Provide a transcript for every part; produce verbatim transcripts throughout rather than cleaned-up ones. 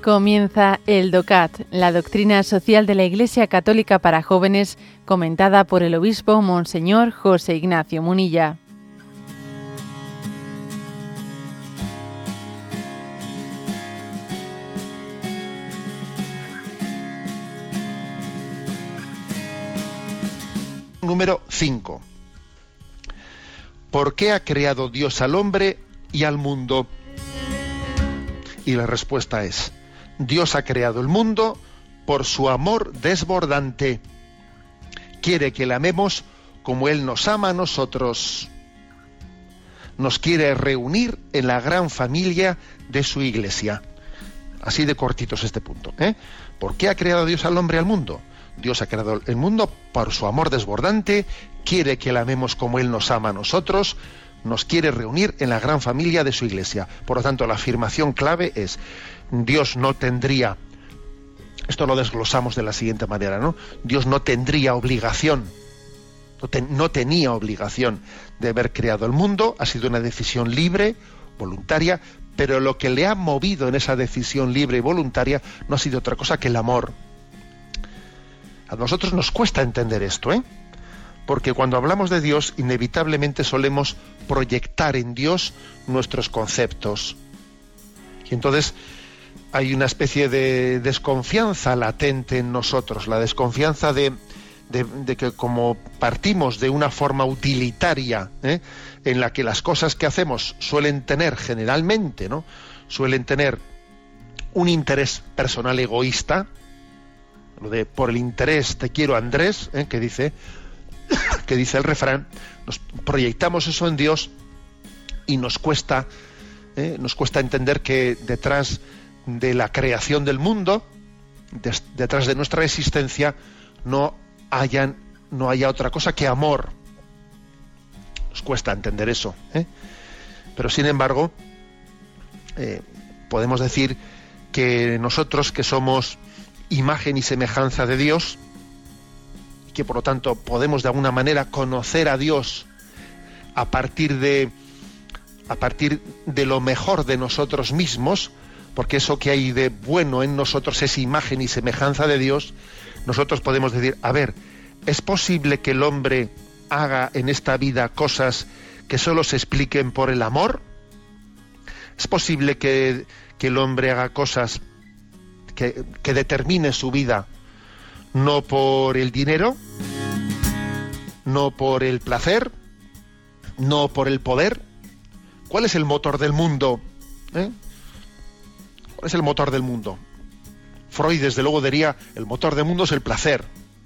Comienza el DOCAT, la doctrina social de la Iglesia Católica para jóvenes, comentada por el obispo Monseñor José Ignacio Munilla. Número cinco. ¿Por qué ha creado Dios al hombre y al mundo? Y la respuesta es: Dios ha creado el mundo por su amor desbordante. Quiere que le amemos como Él nos ama a nosotros. Nos quiere reunir en la gran familia de su Iglesia. Así de cortito es este punto, ¿eh? ¿Por qué ha creado Dios al hombre y al mundo? Dios ha creado el mundo por su amor desbordante, quiere que le amemos como Él nos ama a nosotros, nos quiere reunir en la gran familia de su Iglesia. Por lo tanto, la afirmación clave es: Dios no tendría, esto lo desglosamos de la siguiente manera, ¿no? Dios no tendría obligación, no, ten, no tenía obligación de haber creado el mundo, ha sido una decisión libre, voluntaria, pero lo que le ha movido en esa decisión libre y voluntaria no ha sido otra cosa que el amor. A nosotros nos cuesta entender esto, ¿eh? Porque cuando hablamos de Dios, inevitablemente solemos proyectar en Dios nuestros conceptos. Y entonces hay una especie de desconfianza latente en nosotros, la desconfianza de, de, de que como partimos de una forma utilitaria, ¿eh? en la que las cosas que hacemos suelen tener generalmente, ¿no? suelen tener un interés personal egoísta, lo de por el interés te quiero Andrés, ¿eh? que dice que dice el refrán, nos proyectamos eso en Dios y nos cuesta ¿eh? nos cuesta entender que detrás de la creación del mundo, des, detrás de nuestra existencia, no hayan no haya otra cosa que amor. Nos cuesta entender eso, ¿eh? Pero sin embargo eh, podemos decir que nosotros, que somos imagen y semejanza de Dios, y que por lo tanto podemos de alguna manera conocer a Dios a partir de a partir de lo mejor de nosotros mismos, porque eso que hay de bueno en nosotros es imagen y semejanza de Dios. Nosotros podemos decir: a ver, ¿es posible que el hombre haga en esta vida cosas que solo se expliquen por el amor? ¿Es posible que, que el hombre haga cosas Que, que determine su vida no por el dinero, no por el placer, no por el poder? ¿Cuál es el motor del mundo? ¿Eh? ¿Cuál es el motor del mundo? Freud, desde luego, diría: el motor del mundo es el placer.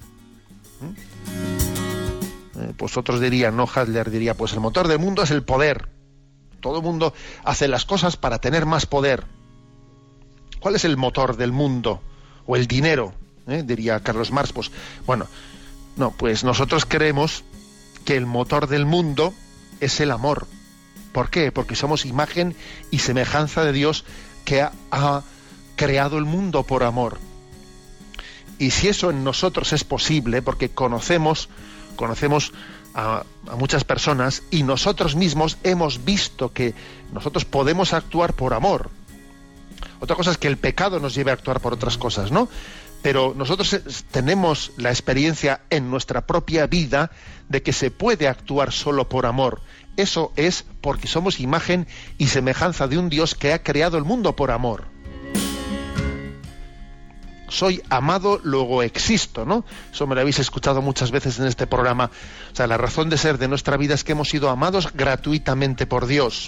¿Eh? Eh, pues otros dirían, no, Hadler diría, pues el motor del mundo es el poder. Todo el mundo hace las cosas para tener más poder. ¿Cuál es el motor del mundo? O el dinero, ¿eh? diría Carlos Marx. Pues bueno, no, pues nosotros creemos que el motor del mundo es el amor. ¿Por qué? Porque somos imagen y semejanza de Dios, que ha, ha creado el mundo por amor. Y si eso en nosotros es posible, porque conocemos, conocemos a, a muchas personas, y nosotros mismos hemos visto que nosotros podemos actuar por amor. Otra cosa es que el pecado nos lleve a actuar por otras cosas, ¿no? Pero nosotros tenemos la experiencia en nuestra propia vida de que se puede actuar solo por amor. Eso es porque somos imagen y semejanza de un Dios que ha creado el mundo por amor. Soy amado, luego existo, ¿no? Eso me lo habéis escuchado muchas veces en este programa. O sea, la razón de ser de nuestra vida es que hemos sido amados gratuitamente por Dios.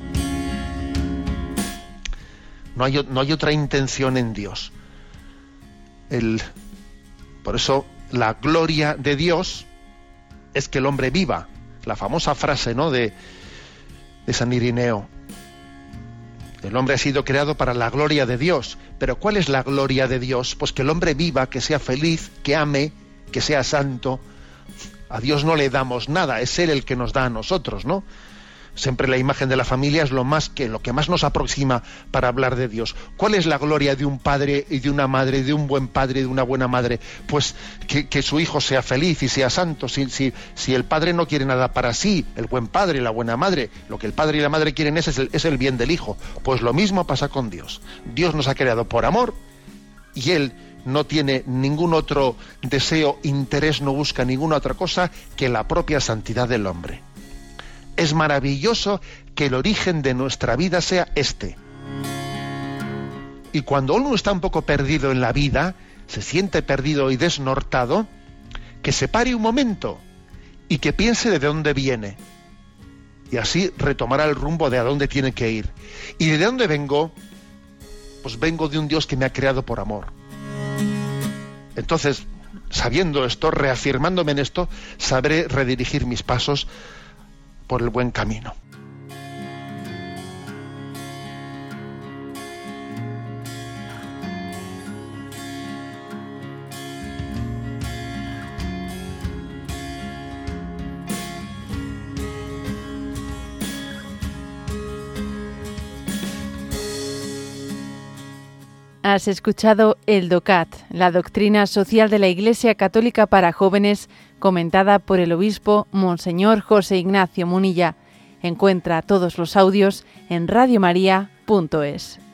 No hay, no hay otra intención en Dios. El, por eso la gloria de Dios es que el hombre viva. La famosa frase, ¿no?, de, de San Irineo. El hombre ha sido creado para la gloria de Dios. Pero ¿cuál es la gloria de Dios? Pues que el hombre viva, que sea feliz, que ame, que sea santo. A Dios no le damos nada, es Él el que nos da a nosotros, ¿no? Siempre la imagen de la familia es lo más que lo que más nos aproxima para hablar de Dios. ¿Cuál es la gloria de un padre y de una madre, de un buen padre y de una buena madre? Pues que, que su hijo sea feliz y sea santo. Si, si, si el padre no quiere nada para sí, el buen padre y la buena madre, lo que el padre y la madre quieren es, es, el, es el bien del hijo. Pues lo mismo pasa con Dios. Dios nos ha creado por amor y Él no tiene ningún otro deseo, interés, no busca ninguna otra cosa que la propia santidad del hombre. Es maravilloso que el origen de nuestra vida sea este. Y cuando uno está un poco perdido en la vida, se siente perdido y desnortado, que se pare un momento y que piense de dónde viene. Y así retomará el rumbo de a dónde tiene que ir. ¿Y de dónde vengo? Pues vengo de un Dios que me ha creado por amor. Entonces, sabiendo esto, reafirmándome en esto, sabré redirigir mis pasos por el buen camino. Has escuchado el DOCAT, la doctrina social de la Iglesia Católica para jóvenes, comentada por el obispo Monseñor José Ignacio Munilla. Encuentra todos los audios en radio maría punto es.